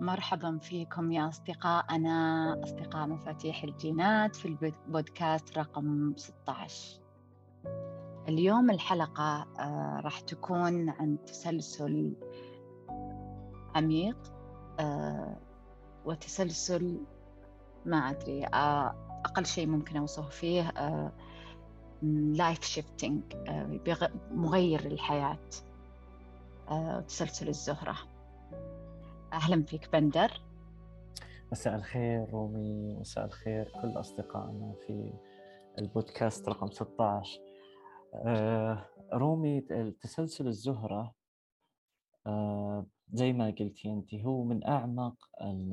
مرحبا فيكم يا أصدقائنا أصدقاء مفاتيح الجينات في البودكاست رقم 16. اليوم الحلقة راح تكون عن تسلسل عميق وتسلسل ما أدري أقل شيء ممكن أوصف فيه لايف شيفتينج، مغير للحياة، تسلسل الزهرة. أهلا فيك بندر. مساء الخير رومي، مساء الخير كل أصدقائنا في البودكاست رقم 16. رومي، تسلسل الزهرة زي ما قلتي أنت هو من أعمق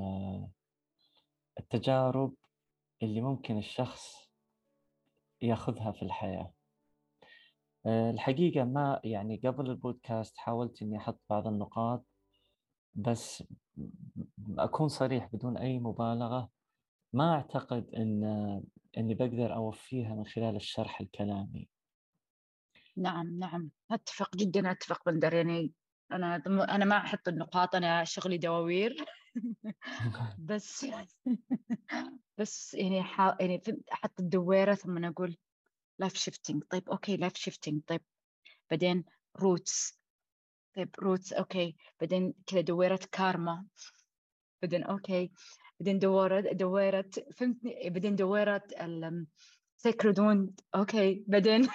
التجارب اللي ممكن الشخص يأخذها في الحياة. الحقيقة ما يعني قبل البودكاست حاولت أني أحط بعض النقاط، بس أكون صريح بدون أي مبالغة، ما أعتقد إني بقدر أوفيها من خلال الشرح الكلامي. نعم أتفق جدا، أتفق بندر. يعني أنا ما أحط النقاط، أنا شغلي دواوير. بس بس يعني يعني أحط الدويرة ثم أقول لايف شيفتينج. طيب أوكي، لايف شيفتينج. طيب بعدين روتس. طيب روتس أوكي. بعدين كذا دويرة كارما. بعدين أوكي. بعدين دويرة فهمتني. بعدين دويرة السيكرودون. أوكي بعدين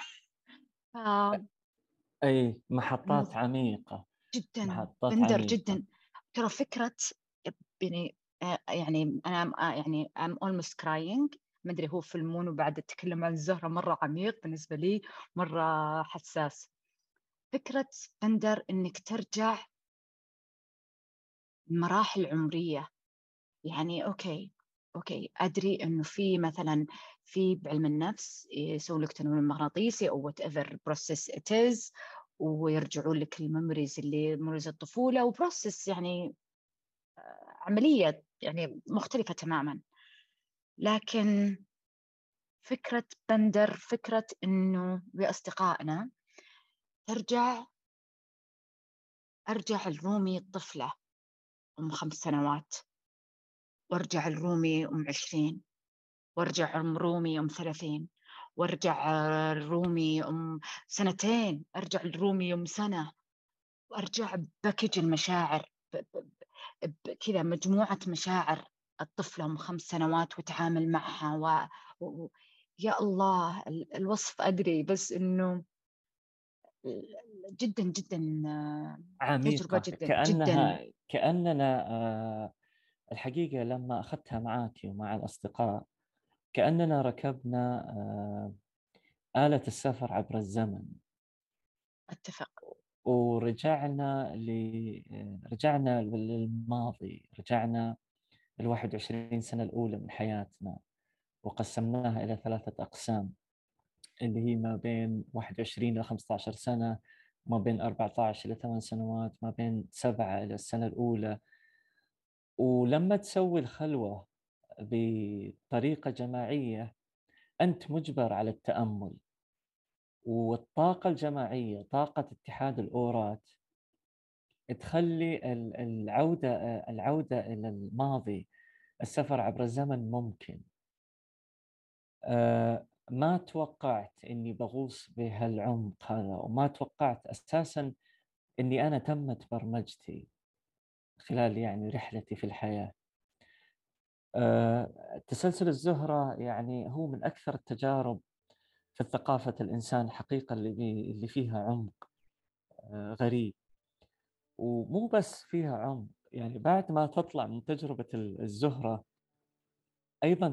أي محطات عميقة، جدا محطات بندر عميقة. جدا. ترى فكرة يعني أنا يعني I'm almost crying. ما أدري، هو فيلمون وبعد أتكلم عن الزهرة مرة عميق بالنسبة لي، مرة حساس. فكرة بندر إنك ترجع مراحل عمرية. يعني أوكي أدري إنه في مثلا في بعلم النفس يسوي لك تنويم مغناطيسي أو whatever process it is، ويرجعوا لك الميموريز اللي ميموريز الطفولة، وبروسس يعني عملية يعني مختلفة تماما. لكن فكرة بندر، فكرة إنه بأصدقائنا أرجع الرومي الطفلة أم 5 سنوات، وأرجع الرومي أم 20، وأرجع رومي أم 30، وأرجع الرومي أم 2 سنين، أرجع الرومي أم 1 سنة، وأرجع باكج المشاعر كذا مجموعة مشاعر الطفلة أم 5 سنوات وتعامل معها يا الله الوصف أدري، بس إنه جدا جدا تجربة عميقة، جدا جدا. كأننا الحقيقة لما أخذتها معك ومع الأصدقاء كأننا ركبنا آلة السفر عبر الزمن، أتفق. رجعنا للماضي، رجعنا 21 سنة الأولى من حياتنا، وقسمناها إلى 3 أقسام، اللي هي ما بين 21 إلى 15 سنة، ما بين 14 إلى 8 سنوات، ما بين 7 إلى السنة الأولى. ولما تسوي الخلوة بطريقة جماعية أنت مجبر على التأمل، والطاقة الجماعية، طاقة اتحاد الأورات، تخلي العودة إلى الماضي، السفر عبر الزمن ممكن. ما توقعت إني بغوص بهالعمق هذا، وما توقعت أساساً إني أنا تمت برمجتي خلال يعني رحلتي في الحياة. تسلسل الزهرة يعني هو من أكثر التجارب في ثقافة الإنسان حقيقة اللي فيها عمق غريب. ومو بس فيها عمق، يعني بعد ما تطلع من تجربة الزهرة أيضا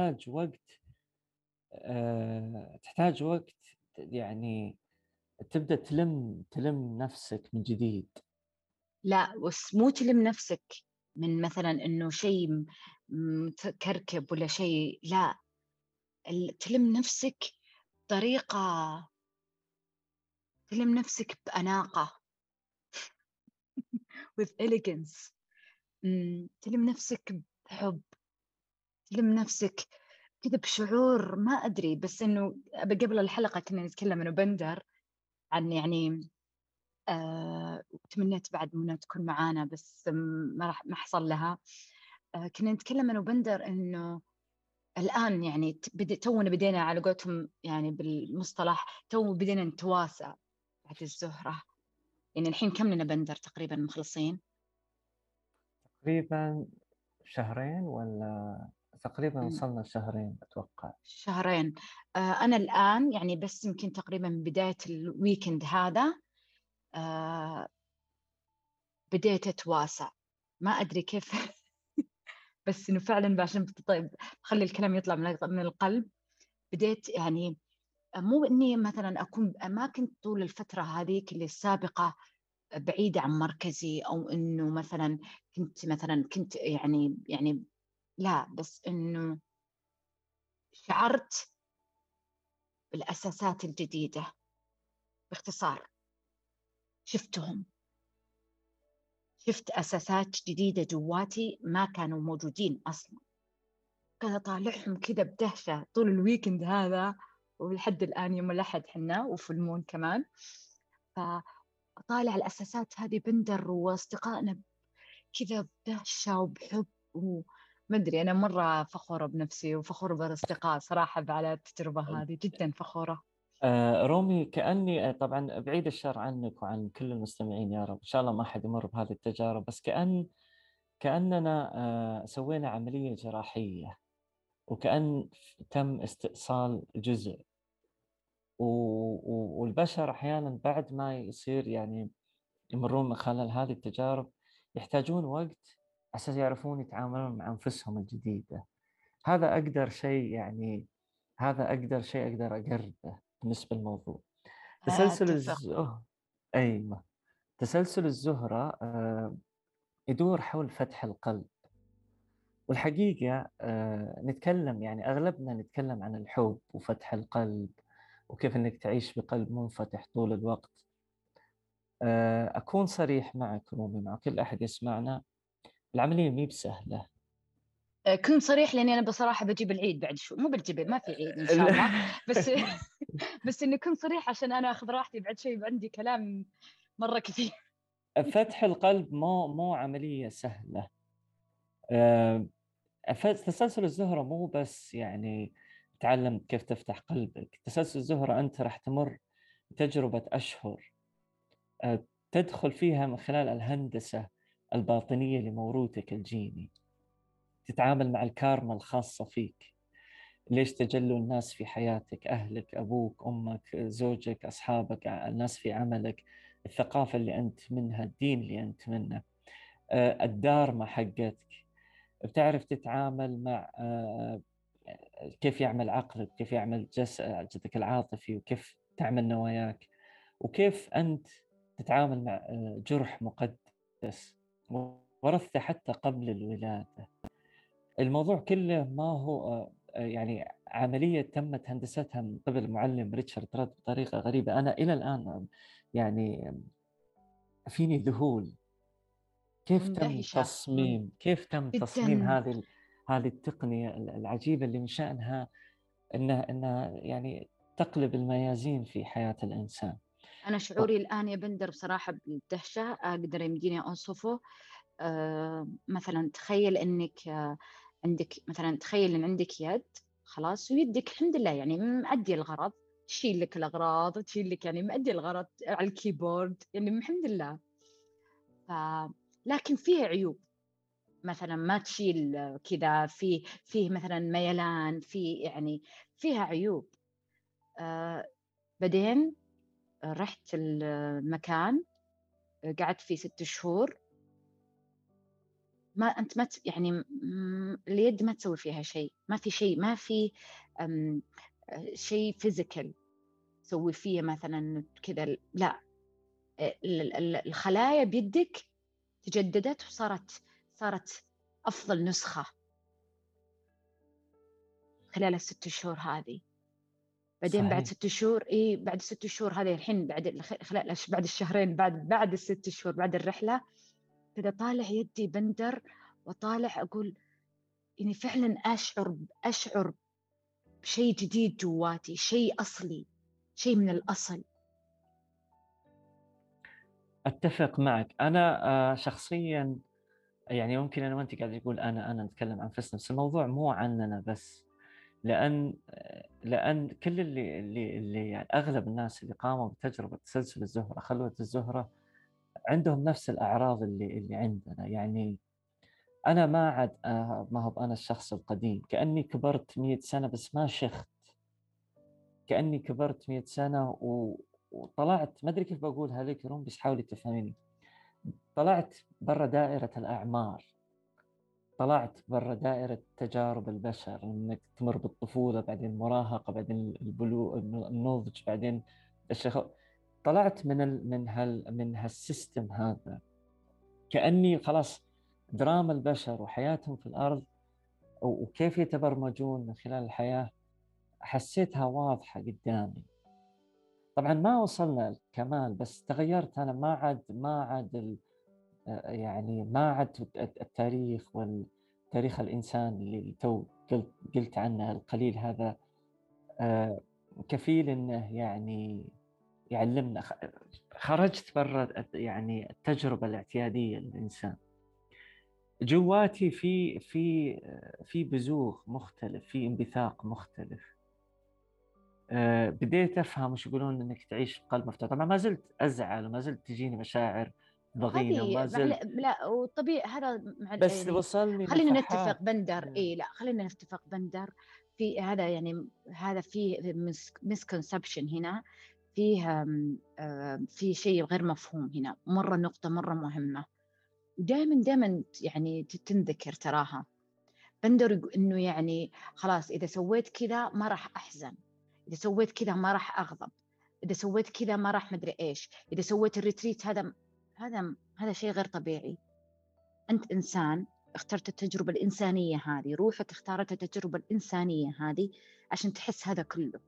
تحتاج وقت، يعني تبدأ تلم نفسك من جديد. لا، مو تلم نفسك من مثلا إنه شيء متكركب ولا شيء، لا، تلم نفسك بطريقة، تلم نفسك بأناقة with elegance. تلم نفسك بحب، تلم نفسك كذا بشعور ما أدري. بس إنه قبل الحلقة كنا نتكلم إنه بندر عن يعني وتمنيت بعد منى تكون معانا بس ما حصل لها. كنا نتكلم أنا وبندر إنه الآن يعني تونا بدينا على قولتهم يعني بالمصطلح بدينا نتواسى بعد الزهرة. يعني الحين كم لنا بندر تقريبا مخلصين؟ تقريبا شهرين ولا تقريبا وصلنا شهرين أتوقع. شهرين. أنا الآن يعني بس يمكن تقريبا من بداية الويكند هذا بديت أتواسع، ما أدري كيف. بس إنه فعلا عشان طيب خلي الكلام يطلع من القلب. بديت يعني مو إني مثلا أكون ما كنت طول الفترة هذيك اللي السابقة بعيدة عن مركزي، أو إنه مثلا كنت يعني لا، بس إنه شعرت بالأساسات الجديدة. باختصار شفت أساسات جديدة جواتي ما كانوا موجودين أصلا. كنت أطالعهم كذا بدهشة طول الويكند هذا، ولحد الآن يوم الأحد حنا وفي المون كمان. فأطالع الأساسات هذه بندر وأصدقائنا كذا بدهشة وبحب، وما أدري، أنا مرة فخورة بنفسي وفخورة بالأصدقاء صراحة على التجربة هذه، جدا فخورة. رومي، كأني طبعا بعيد الشر عنك وعن كل المستمعين يا رب، إن شاء الله ما حد يمر بهذه التجارب، بس كأننا سوينا عملية جراحية، وكأن تم استئصال جزء، والبشر أحيانا بعد ما يصير يعني يمرون من خلال هذه التجارب يحتاجون وقت عشان يعرفون يتعاملون مع أنفسهم الجديدة. هذا أقدر شيء يعني هذا أقدر شيء أقدر أقربه بالنسبة للموضوع. تسلسل أتفق. أيوة، تسلسل الزهرة يدور حول فتح القلب. والحقيقة نتكلم يعني أغلبنا نتكلم عن الحب وفتح القلب وكيف أنك تعيش بقلب منفتح طول الوقت. أكون صريح معك رومي، مع كل أحد يسمعنا، العملية مي بسهلة. كنت صريح لاني انا بصراحه بجيب العيد بعد شو، مو بجيب، ما في عيد ان شاء الله. بس بس اني كنت صريح عشان انا اخذ راحتي بعد شيء، عندي كلام مره كثير. فتح القلب مو عملية سهلة. تسلسل الزهرة مو بس يعني تعلم كيف تفتح قلبك. تسلسل الزهرة أنت راح تمر تجربة أشهر تدخل فيها من خلال الهندسة الباطنية لموروثك الجيني، تتعامل مع الكارما الخاصة فيك. ليش تجلوا الناس في حياتك، أهلك، أبوك، أمك، زوجك، أصحابك، الناس في عملك، الثقافة اللي أنت منها، الدين اللي أنت منه، الدارما حقتك. بتعرف تتعامل مع كيف يعمل عقلك، كيف يعمل جسدك العاطفي، وكيف تعمل نواياك، وكيف أنت تتعامل مع جرح مقدس ورثته حتى قبل الولادة. الموضوع كله ما هو يعني عملية تمت هندستها من قبل معلم ريتشارد راد بطريقة غريبة. أنا إلى الآن يعني فيني ذهول مندهشه كيف تم تصميم جدا. هذه التقنية العجيبة اللي من شأنها إنها يعني تقلب الميازين في حياة الإنسان. انا شعوري الان يا بندر بصراحه بالدهشه اقدر يمديني اوصفه. مثلا تخيل انك عندك، مثلا تخيل ان عندك يد خلاص، ويدك الحمد لله يعني مأدي الغرض، تشيل لك الاغراض، تشيل لك يعني مأدي الغرض على الكيبورد يعني الحمد لله. ف... لكن فيها عيوب، مثلا ما تشيل كذا، فيه مثلا ميلان، يعني فيها عيوب. بعدين رحت المكان، قعدت فيه 6 شهور. ما انت ما يعني اليد ما تسوي فيها شيء، ما في شيء، ما في شيء فيزيكال تسوي فيه مثلا كذا، لا. الخلايا بيدك تجددت وصارت افضل نسخة خلال ال6 شهور هذه. بعدين بعد صحيح. 6 شهور، بعد 6 شهور هذه الحين بعد خلال بعد الشهرين، بعد ال6 شهور بعد الرحلة، كذا طالع يدي بندر، وطالع أقول إني فعلا أشعر بشيء جديد جواتي، شيء أصلي، شيء من الأصل. أتفق معك. أنا شخصيًا يعني ممكن أنا وأنت قاعد تقول أنا نتكلم عن أنفسنا، بس الموضوع مو عننا بس، لأن كل اللي يعني أغلب الناس اللي قاموا بتجربة تسلسل الزهرة، خلوة الزهرة، عندهم نفس الأعراض اللي عندنا. يعني أنا ما عاد ما هو أنا الشخص القديم، كأني كبرت 100 سنة بس ما شِخت، كأني كبرت 100 سنة وطلعت، ما أدري كيف باقولها لِك يا روم بس حاولي تفهميني، طلعت برّا دائرة الأعمار. طلعت برّا دائرة تجارب البشر، إنك تمر بالطفولة، بعدين المراهقة، بعدين النضج، بعدين طلعت من هالسيستم هذا، كأني خلاص دراما البشر وحياتهم في الأرض وكيف يتبرمجون من خلال الحياة، حسيتها واضحة قدامي. طبعًا ما وصلنا الكمال، بس تغيرت أنا، ما عاد يعني ما عاد التاريخ تاريخ الإنسان اللي تو قلت عنه القليل هذا كفيل إنه يعني يعلمنا. خرجت برّا يعني التجربة الاعتيادية للإنسان. جواتي في بزوغ مختلف، في انبثاق مختلف. بديت أفهم وش يقولون إنك تعيش في قلب مفتوح. طبعًا ما زلت أزعل وما زلت تجيني مشاعر ضغينة هذه وما زلت، لا وطبيعي هذا مع بس يعني وصلني خلينا نتفق نفحات. بندر، اي لا خلينا نتفق بندر في هذا، يعني هذا فيه مسكونسبشن هنا، فيه في شيء غير مفهوم هنا، مرة نقطة مرة مهمة دائما يعني تنذكر تراها. بندر إنه يعني خلاص إذا سويت كذا ما راح أحزن، إذا سويت كذا ما راح أغضب، إذا سويت كذا ما راح مدري إيش، إذا سويت الريتريت هذا شيء غير طبيعي. أنت إنسان اخترت التجربة الإنسانية هذه، روحك اختارت التجربة الإنسانية هذه عشان تحس هذا كله،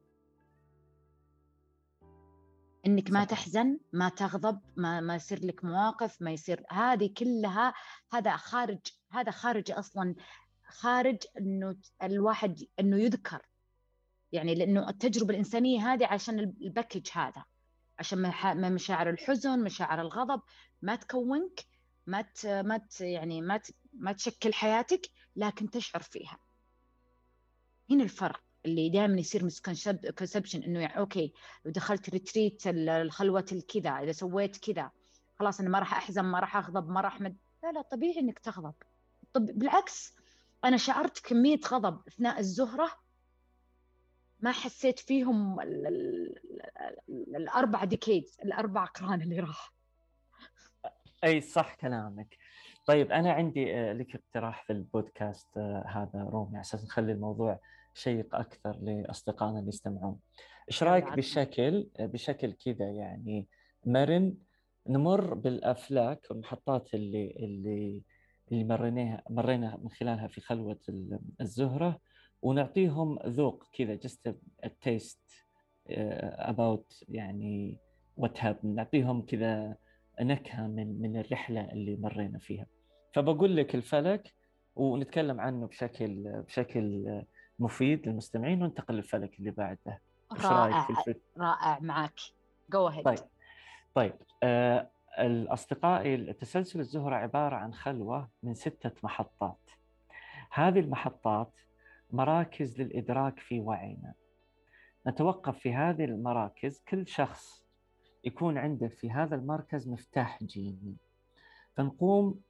إنك ما صحيح. تحزن، ما تغضب، ما يصير لك مواقف، ما يصير هذه كلها. هذا خارج، هذا خارج أصلا، خارج إنه الواحد إنه يذكر، يعني لأنه التجربة الإنسانية هذه عشان الباكج هذا، عشان ما مشاعر الحزن، مشاعر الغضب ما تكونك، يعني ما تشكل حياتك، لكن تشعر فيها. هنا الفرق اللي دائما يصير مسكونسبشن، انه يعني اوكي لو دخلت ريتريت الخلوة الكذا، اذا سويت كذا خلاص انا ما راح احزن، ما راح اغضب، ما راح لا طبيعي انك تغضب. طب بالعكس، انا شعرت كمية غضب اثناء الزهرة ما حسيت فيهم الاربع ديكيدز، الاربع قران اللي راح. أي صح كلامك. طيب أنا عندي لك اقتراح في البودكاست هذا رومي، على أساس نخلي الموضوع شيق أكثر لأصدقائنا اللي يستمعون. إيش يلا رأيك عطنا. بشكل كذا يعني مرن، نمر بالأفلاك والمحطات اللي مرينا من خلالها في خلوة الزهرة، ونعطيهم ذوق كذا just a taste about يعني what happened، نعطيهم كذا نكهة من الرحلة اللي مرينا فيها. فبقول لك الفلك ونتكلم عنه بشكل مفيد للمستمعين، وننتقل للفلك اللي بعده. ايش رايك في رائع، رائع معك، جو اهيد. طيب. طيب الأصدقاء، تسلسل الزهرة عبارة عن خلوة من 6 محطات. هذه المحطات مراكز للإدراك في وعينا. نتوقف في هذه المراكز، كل شخص يكون عنده في هذا المركز مفتاح جيني، فنقوم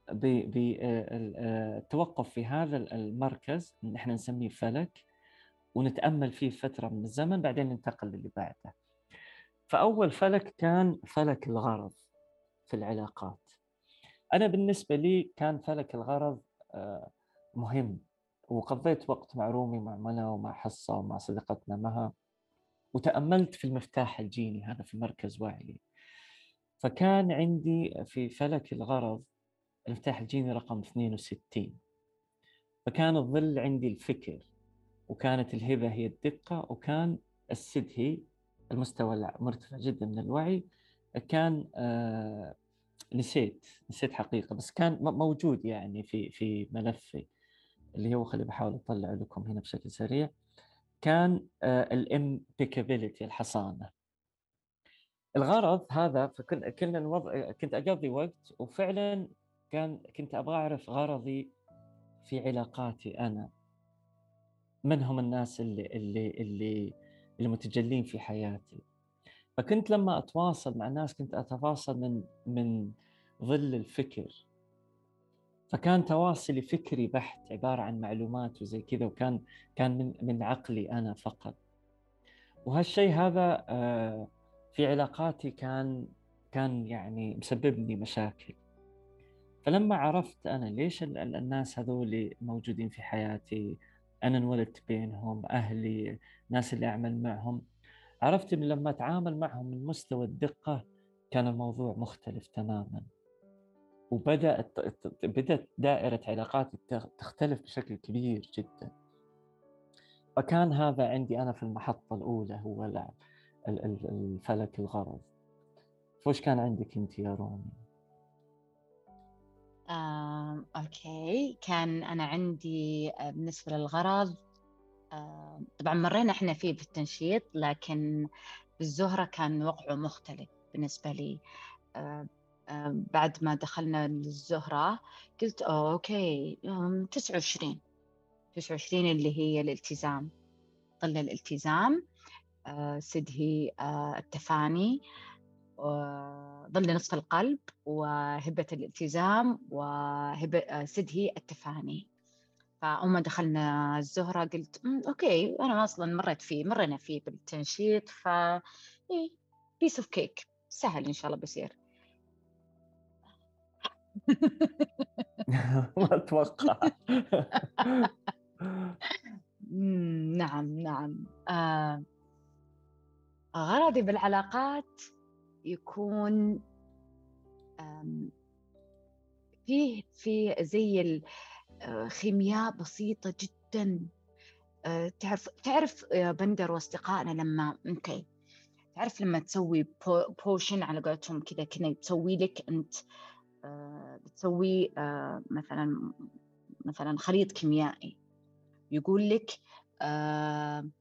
بالتوقف في هذا المركز نحن نسميه فلك، ونتأمل فيه فترة من الزمن، بعدين ننتقل للي بعده. فأول فلك كان فلك الغرض في العلاقات. أنا بالنسبة لي كان فلك الغرض مهم، وقضيت وقت مع رومي، مع منى، ومع حصة، ومع صديقتنا مها، وتأملت في المفتاح الجيني هذا في مركز وعي. فكان عندي في فلك الغرض المفتاح الجيني رقم 62. فكان الظل عندي الفكر، وكانت الهبة هي الدقة، وكان السدهي المستوى المرتفع جدا من الوعي. كان نسيت حقيقة، بس كان موجود يعني في ملفي اللي هو، خلي بحاول أطلع لكم هنا بشكل سريع. كان الامبيكابيليتي، الحصانة. الغرض هذا، كنا كنت أقضي وقت، وفعلًا كنت أبغى أعرف غرضي في علاقاتي أنا، من هم الناس المتجلين في حياتي. فكنت لمّا أتواصل مع الناس كنت أتواصل من ظِل الفكر، فكان تواصلي فكري بحت، عبارة عن معلومات وزي كذا، كان من عقلي أنا فقط. وهالشيء هذا في علاقاتي كان يعني مسبب لي مشاكل. فلمّا عرفت أنا ليش الناس هذولي موجودين في حياتي، أنا انولدت بينهم، أهلي، الناس اللي أعمل معهم، عرفت إن لمّا أتعامل معهم من مستوى الدقة كان الموضوع مختلف تمامًا، بدأت دائرة علاقاتي تختلف بشكل كبير جدًا. فكان هذا عندي أنا في المحطة الأولى، هو الفلك الغرض. فوش كان عندِك أنتِ يا رومي؟ أوكي، كان أنا عندي بالنسبة للغرض، طبعًا مرّينا إحنا فيه بالتنشيط، لكن بالزهرة كان وضعه مختلف بالنسبة لي. آآ بعد ما دخلنا للزهرة قُلت أوكي، 29، 29 اللي هي الالتزام، ظِل الالتزام، سدهي التفاني، ظِل نصف القلب، وهبة الالتزام، سدهي التفاني. فأول ما دخلنا الزهرة قُلت أوكي، أنا أصلًا مرّينا فيه بالتنشيط، إيه piece of cake، سهل إن شاء الله بيصير. ما أتوقع. نعم، نعم. غرضي بالعلاقات يكون آمم فيه زي خيمياء بسيطة جدًا. تعرف يا بندر وأصدقائنا لمّا أوكي، تعرف لمّا تسوي potion على قولتهم كذا تسوي لك أنت، بتسوي مثلًا خليط كيميائي، يقول لك آآ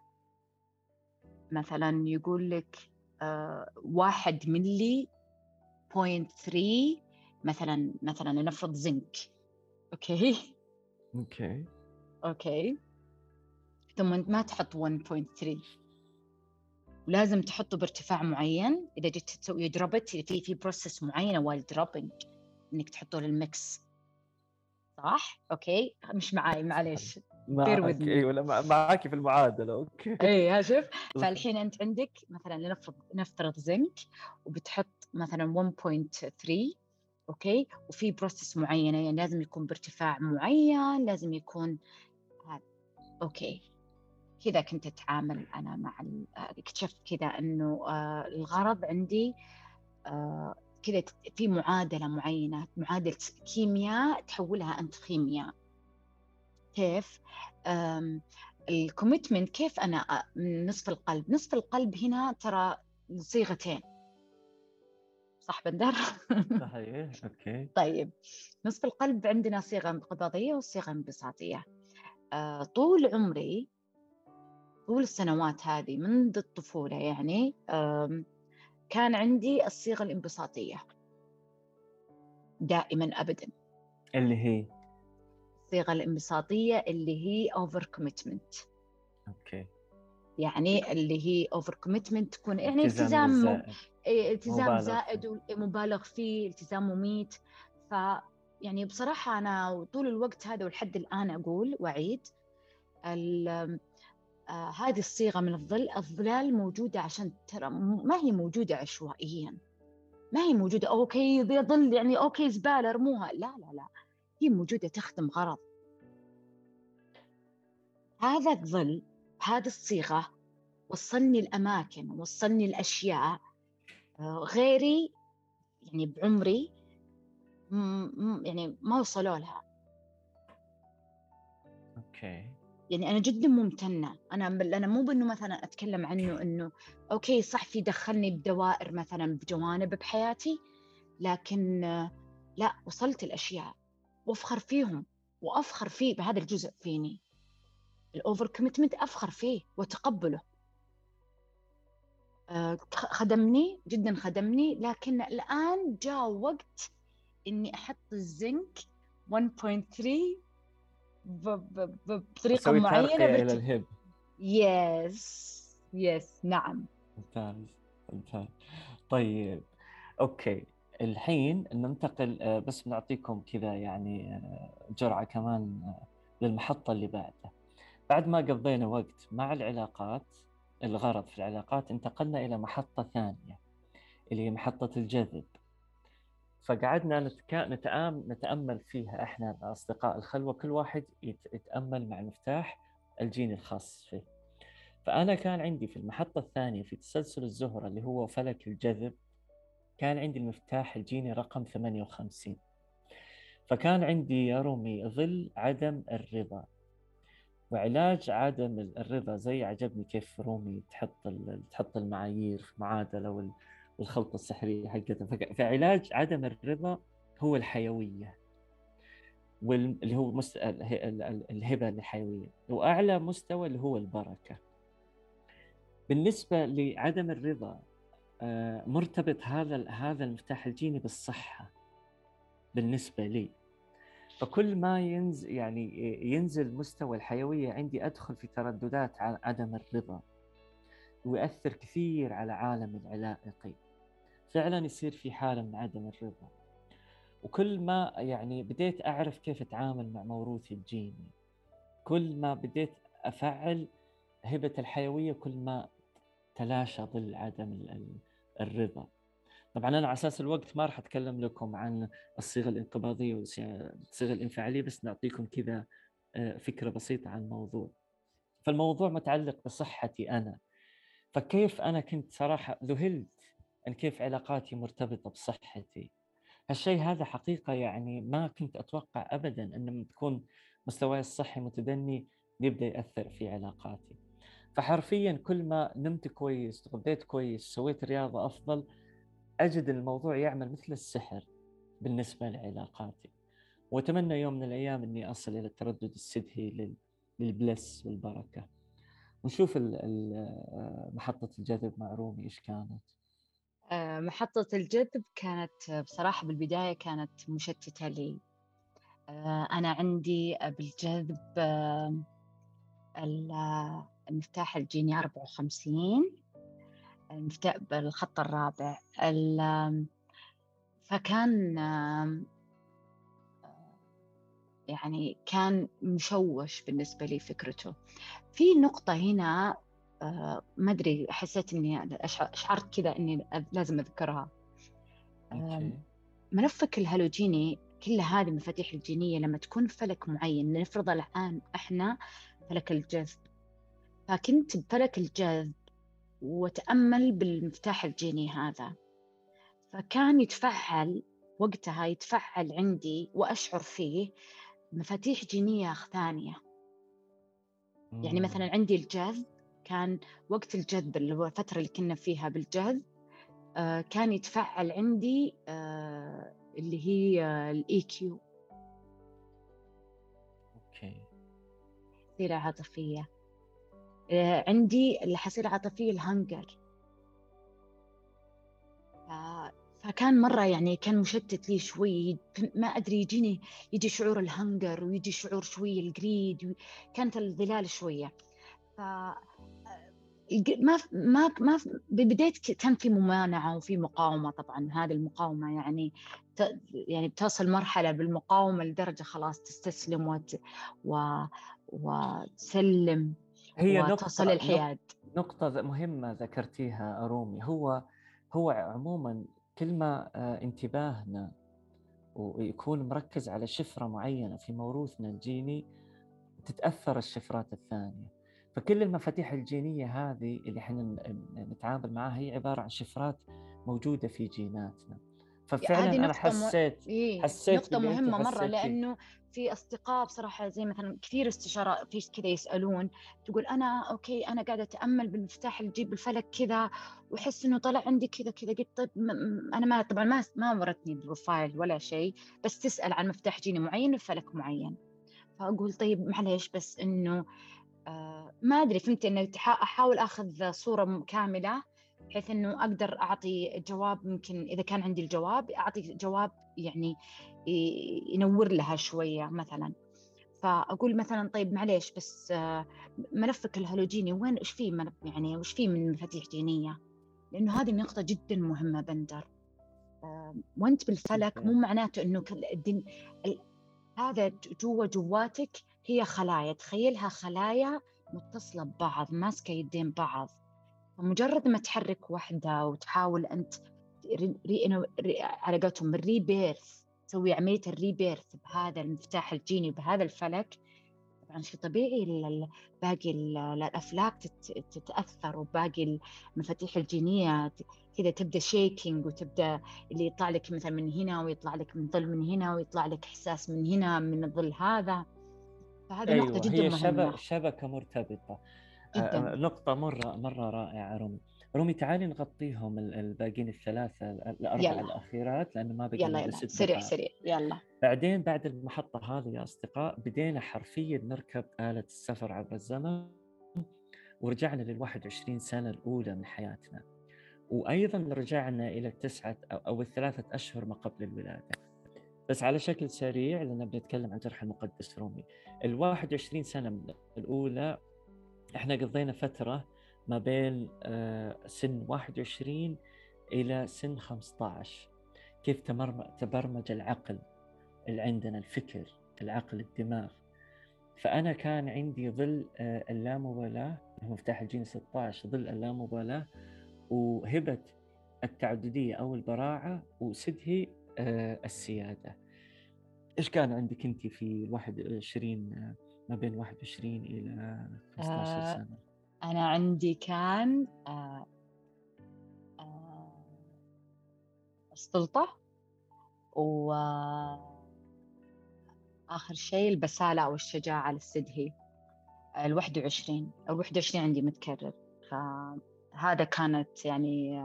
مثلًا يقول لك 1 ملي point 3، مثلًا لنفرض زنك، أوكي. أوكي. أوكي، ثم أنت ما تحط 1.3، ولازم تحطه بارتفاع معين. إذا جيت تسوي dropped في process معينة while dropping إنك تحطه للmix، صح؟ أوكي، مش معاي معليش، bear with معك، me. أيوه، لأ معاكِ في المعادلة، أوكي. إيه، ها شوف. فالحين أنت عندك مثلًا نفترض زنك، وبتحط مثلًا 1.3، أوكي، وفي process معينة، يعني لازم يكون بارتفاع معين، لازم يكون هذا، أوكي. كذا كنت أتعامل أنا مع اكتشفت كذا إنه الغرض عندي آآ كذا في معادلة معينة، معادلة كيمياء تحولها أنت خيمياء. كيف؟ آمم الcommitment، كيف أنا من نصف القلب هنا ترى صيغتين، صح بندر؟ صحيح، أوكي. طيب، نصف القلب عندنا صيغة انقباضية وصيغة انبساطية. طول عمري، طول السنوات هذه منذ الطفولة يعني، كان عندي الصيغة الانبساطية دائمًا أبدًا. اللي هي؟ الصيغة الانبساطية اللي هي over commitment، أوكي. يعني اللي هي over commitment تكون يعني الالتزام التزام الزائد، التزام مبالغ زائد فيه. ومبالغ فيه، التزام مميت. ف يعني بصراحة أنا طول الوقت هذا ولحد الآن أقول وأعيد ال هذه الصيغة من الظلال موجودة عشان ترى ما هي موجودة عشوائيًا، ما هي موجودة أوكي ذي ظل يعني أوكي زبالة ارموها، لا، لا، لا، هي موجودة تخدم غرض. هذا الظل، هذه الصيغة وصّلني لأماكن، وصّلني لأشياء غيري يعني بعمري يعني ما وصلوا لها. أوكي. يعني أنا جدًا ممتنة، أنا مو بإنه مثلًا أتكلم عنه إنه أوكي صح في دخّلني بدوائر مثلًا بجوانب بحياتي، لكن لأ، وصلت لأشياء وأفخر فيهم، وأفخر فيه بهذا الجزء فيني، الover commitment أفخر فيه وأتقبّله. خدمني جدا، خدمني، لكن الآن جاء وقت إني أحط الزنك 1.3 بطريقة اسوي معينة ترقية الى الهب. يس نعم. ممتاز ممتاز. طيب اوكي، الحين ننتقل، بس بنعطيكم كذا يعني جرعة كمان للمحطة اللي بعدها. بعد ما قضينا وقت مع العلاقات، الغرض في العلاقات، انتقلنا إلى محطة ثانية اللي هي محطة الجذب. فقعدنا نتأمل فيها إحنا أصدقاء الخلوة، كل واحد يتأمل مع المفتاح الجيني الخاص فيه. فأنا كان عندي في المحطة الثانية في تسلسل الزهرة اللي هو فلك الجذب، كان عندي المفتاح الجيني رقم 58. فكان عندي يا رومي ظل عدم الرضا، وعلاج عدم الرضا، زي عجبني كيف رومي تحط المعايير في معادلة والخلطة السحرية حقتها. فعلاج عدم الرضا هو الحيوية، واللي هو الهبة الحيوية، وأعلى مستوى اللي هو البركة. بالنسبة لعدم الرضا، مرتبط هذا المفتاح الجيني بالصحة بالنسبة لي. فكل ما ينزل مستوى الحيوية عندي، أدخل في ترددات عدم الرضا، ويؤثر كثير على عالم العلائقي. فعلا يصير في حالة من عدم الرضا. وكل ما بديت أعرف كيف أتعامل مع موروثي الجيني، كل ما بديت أفعل هبة الحيوية، كل ما تلاشى ظل عدم الرضا. طبعا أنا على أساس الوقت ما راح أتكلم لكم عن الصيغة الانقباضية والصيغة الانفعالية، بس نعطيكم كذا فكرة بسيطة عن الموضوع. فالموضوع متعلق بصحتي أنا. فكيف أنا كنت صراحة ذهلت أن كيف علاقاتي مرتبطة بصحتي. هالشيء هذا حقيقة ما كنت أتوقع أبدا أن لما تكون مستواي الصحي متدني يبدأ يأثر في علاقاتي. فحرفيا كل ما نمت كويس، تغذيت كويس، سويت رياضة أفضل، أجد الموضوع يعمل مثل السحر بالنسبة لعلاقاتي. وأتمنى يوم من الأيام أني أصل إلى التردد السدهي للبلس والبركة. ونشوف محطة الجذب مع رومي إيش كانت. محطة الجذب كانت بصراحة بالبداية كانت مشتتة لي. أنا عندي بالجذب المفتاح الجيني 54، المفتاح بالخط الرابع. فكان يعني كان مشوش بالنسبة لي فكرته. في نقطة هنا ما أدري، حسيت إني أشعرت كذا إني لازم أذكرها. ملفك الهالوجيني، كل هذه المفاتيح الجينية لما تكون فلك معين، نفرض الآن إحنا فلك الجذب، فكنت بفلك الجذب وتأمل بالمفتاح الجيني هذا، فكان يتفعل وقتها، يتفعل عندي وأشعر فيه مفاتيح جينية ثانية. يعني مثلا عندي الجذب، كان وقت الجذب اللي هو الفترة اللي كنا فيها بالجذب كان يتفعل عندي اللي هي الاي كيو. اوكي. حصيلة عاطفية. عندي اللي حصيلة عاطفية الهنجر. فكان مرة يعني كان مشتت لي شوي، ما أدري، يجي شعور الهنجر ويجي شعور شوي الجريد، كانت الظلال شوية. ف ما ببداية كان في ممانعة وفي مقاومة. طبعا هذه المقاومة يعني بتصل مرحلة بالمقاومة لدرجة خلاص تستسلم وتسلم هي وتصل الحياد. نقطة مهمة ذكرتيها أرومي. هو عموما كل ما انتباهنا ويكون مركز على شفرة معينة في موروثنا الجيني، تتأثر الشفرات الثانية. فكل المفاتيح الجينية هذه اللي احنا نتعامل معها هي عبارة عن شفرات موجودة في جيناتنا. ففعلا هذه أنا نقطة حسيت نقطة باللي أنت مهمة مرة، حسيتيه. لأنه في أصدقاء بصراحة زي مثلا كثير استشارات في كذا يسألون، تقول أنا أوكي أنا قاعدة أتأمل بالمفتاح اللي يجيب الفلك كذا وأحس إنه طلع عندي كذا كذا. قلت طيب أنا ما طبعا ما ورتني البروفايل ولا شيء، بس تسأل عن مفتاح جيني معين وفلك معين. فأقول طيب معليش، بس إنه ما أدري، فهمت إنه أحاول أخذ صورة كاملة بحيث إنه أقدر أعطي جواب، ممكن إذا كان عندي الجواب أعطي جواب يعني ينور لها شوية مثلا. فأقول مثلا طيب معليش بس ملفك الهالوجيني وين، إيش فيه يعني وإيش فيه من مفاتيح جينية؟ لأنه هذه نقطة جدا مهمة بندر. وأنت بالفلك مو معناته إنه هذا جواتك هي خلايا، تخيلها خلايا متصلة ببعض ماسكة يدين بعض. فمجرد ما تحرك واحدة وتحاول أنت على قولتهم الريبيرث، تسوي عملية الريبيرث بهذا المفتاح الجيني بهذا الفلك، طبعا شيء طبيعي باقي الأفلاك تتأثر، وباقي المفاتيح الجينية كذا تبدأ شيكينج، وتبدأ اللي يطلع لك مثلا من هنا ويطلع لك من ظل من هنا ويطلع لك إحساس من هنا من الظل هذا. فهذه نقطة ايوه، جدا هي مهمة شبكه مرتبطه. جدا. نقطه مره رائعه رومي. تعالي نغطيهم الباقيين الثلاثه الاربعه يلا الاخيرات، لانه ما بقي يلا الا يلا 6 دقائق. سريع يلا. بعدين بعد المحطه هذه يا اصدقاء بدينا حرفيا نركب آلة السفر عبر الزمن، ورجعنا لل21 سنه الاولى من حياتنا، وايضا رجعنا الى او ال3 اشهر ما قبل الولاده. بس على شكل سريع لأننا بنتكلم عن جرح المقدس رومي. 21 سنة الأولى إحنا قضينا فترة ما بين سن 21 إلى سن 15. كيف تبرمج العقل اللي عندنا، الفكر، العقل، الدماغ. فأنا كان عندي ظل اللامبالاة، مفتاح الجين 16، ظل اللامبالاة وهبة التعددية أو البراعة، وسدهي السيادة. إيش كان عندك أنت في 21، ما بين 21 إلى 15 سنة؟ أنا عندي كان السلطة، وآخر شيء البسالة أو الشجاعة للسدهي. 21 أو 21 عندي متكرر. فهذا كانت يعني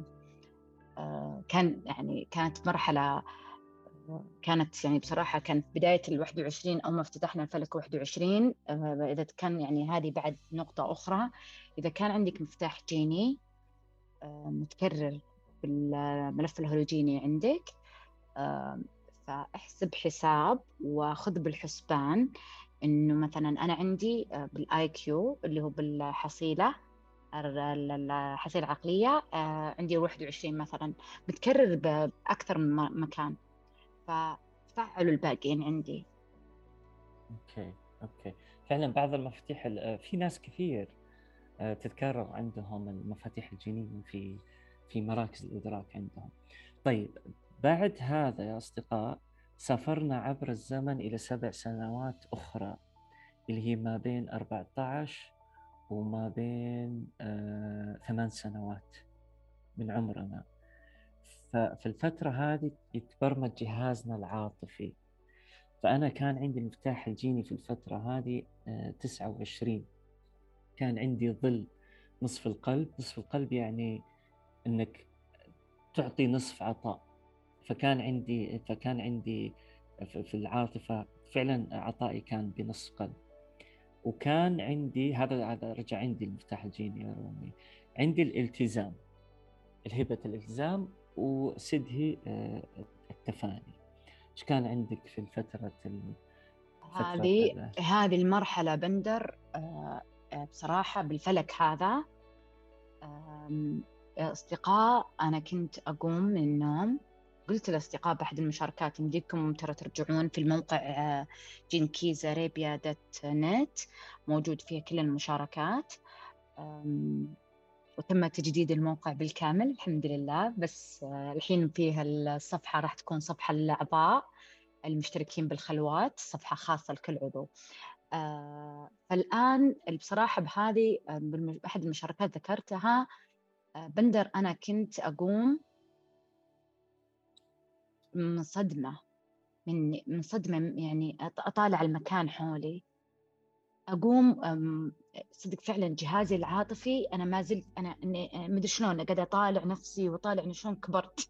كانت مرحلة، كانت يعني بصراحة كانت بداية 21 أو ما افتتحنا الفلك 21. إذا كان يعني هذه بعد نقطة أخرى، إذا كان عندك مفتاح جيني متكرر بالملف الهولوجيني عندك، فاحسب حساب وخذ بالحسبان إنه مثلا أنا عندي بالآي كيو اللي هو بالحصيلة، الحصيلة العقلية، عندي 21 مثلا بتكرر بأكثر من مكان، ففعلوا الباقيين عندي. اوكي. فعلا بعض المفاتيح في ناس كثير تتكرر عندهم المفاتيح الجينية في مراكز الإدراك عندهم. طيب بعد هذا يا أصدقاء سافرنا عبر الزمن إلى 7 سنوات أخرى، اللي هي ما بين 14 وما بين 8 سنوات من عمرنا. ففي الفترة هذه يتبرمج جهازنا العاطفي. فأنا كان عندي المفتاح الجيني في الفترة هذه 29. كان عندي ظل نصف القلب. نصف القلب يعني أنك تعطي نصف عطاء. فكان عندي في العاطفة فعلا عطائي كان بنصف قلب. وكان عندي هذا رجع عندي المفتاح الجيني يا رومي. عندي الالتزام، الهبة الالتزام، وسدهي التفاني. ايش كان عندك في الفترة هذه المرحلة بندر بصراحة بالفلك هذا أصدقاء، أنا كنت أقوم من النوم، قلت للأصدقاء بأحد المشاركات يمديكم ترى ترجعون في الموقع jinkizaarabia.net، موجود فيها كل المشاركات، وتم تجديد الموقع بالكامل الحمد لله. بس الحين فيها الصفحة راح تكون صفحة للأعضاء المشتركين بالخلوات، صفحة خاصة لكل عضو. فالآن بصراحة بهذه أحد المشاركات ذكرتها بندر، أنا كنت أقوم من صدمة يعني أطالع المكان حولي، أقوم صدق فعلا جهازي العاطفي أنا ما زلت أنا مدري شلون قاعدة أطالع نفسي وطالع شلون كبرت.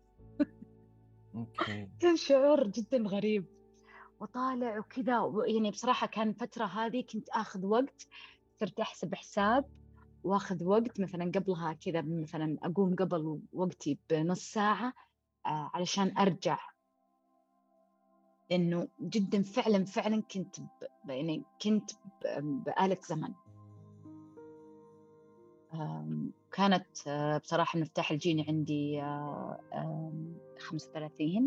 كان شعور جدا غريب وطالع وكذا. يعني بصراحة كان فترة هذه كنت أخذ وقت، صرت أحسب حساب واخذ وقت مثلا قبلها كذا، مثلا أقوم قبل وقتي بنص ساعة علشان أرجع، لأنه جدا فعلا فعلا كنت يعني كنت بآلة زمن. كانت بصراحة المفتاح الجيني عندي 35،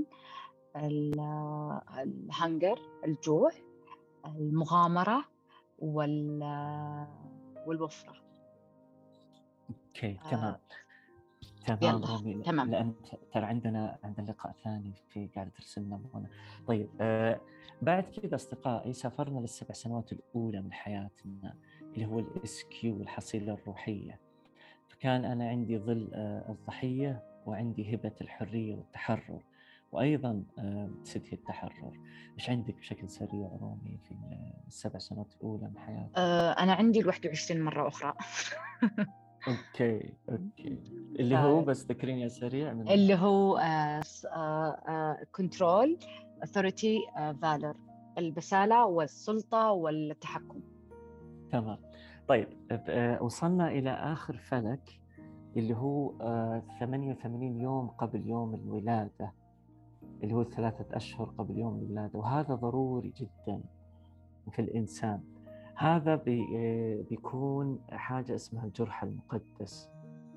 الهنجر، الجوع، المغامرة، والوفرة. اوكي تمام. تمام يلا رومي، تمام. لأن ترى عندنا لقاء ثاني في قاعدة ترسلنا هنا. طيب بعد كذا أصدقائي سافرنا للسبع سنوات الأولى من حياتنا اللي هو الاس كيو، الحصيلة الروحية. فكان أنا عندي ظل الضحية، وعندي هبة الحرية والتحرر، وأيضا سدي التحرر. إيش عندك بشكل سريع رومي في السبع سنوات الأولى من حياتك؟ أنا عندي 21 مرة أخرى. أوكي اللي هو بس ذكريني سريع من اللي هو كنترول، authority، valor، البسالة والسلطة والتحكم. تمام. طيب وصلنا إلى آخر فلك اللي هو 88 يوم قبل يوم الولادة، اللي هو 3 أشهر قبل يوم الولادة، وهذا ضروري جدا في الإنسان. هذا بيكون حاجة اسمها الجرح المقدس.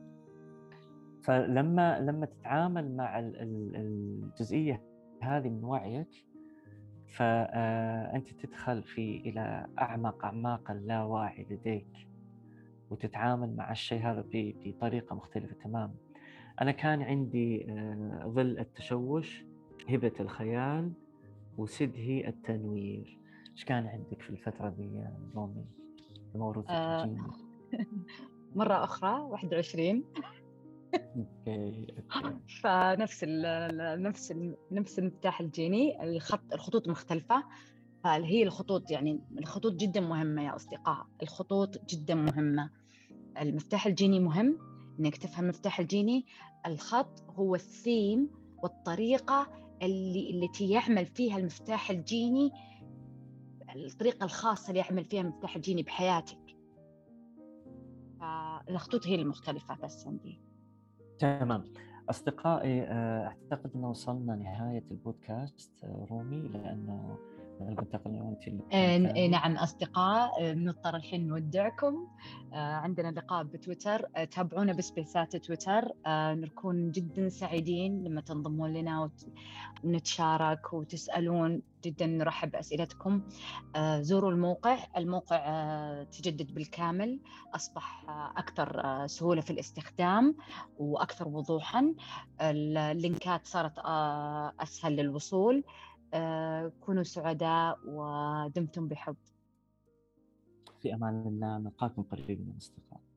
فلما تتعامل مع الجزئية هذه من وعيك، فأنت تدخل إلى أعماق اللاواعي لديك، وتتعامل مع الشيء هذا بطريقة مختلفة تماما. أنا كان عندي ظل التشوش، هبة الخيال، وسدهي التنوير. إيش كان عندك في الفترة دي يا رومي موروثك الجيني؟ مرة أخرى 21. أوكي. فنفس نفس المفتاح الجيني، الخطوط مختلفة. فهي الخطوط، يعني الخطوط جدا مهمة يا أصدقاء، الخطوط جدا مهمة. المفتاح الجيني مهم إنك تفهم المفتاح الجيني. الخط هو الثيم والطريقة التي يعمل فيها المفتاح الجيني، الطريقة الخاصة اللي يعمل فيها المفتاح الجيني بحياتك. فالخطوط هي المختلفة بس عندي. تمام. أصدقائي أعتقد أنه وصلنا نهاية البودكاست رومي، لأنه ننتقل أنت لمكان ثاني. نعم أصدقاء، نضطر الحين نودعكم. عندنا لقاء بتويتر، تابعونا بسبيسات تويتر. نكون جدا سعيدين لما تنضمون لنا ونتشارك وتسألون، جدا نرحب بأسئلتكم. زوروا الموقع تجدد بالكامل، أصبح أكثر سهولة في الاستخدام وأكثر وضوحا. اللينكات صارت أسهل للوصول. كونوا سعداء ودمتم بحب. في أمان الله، نلقاكم قريبا أصدقائي.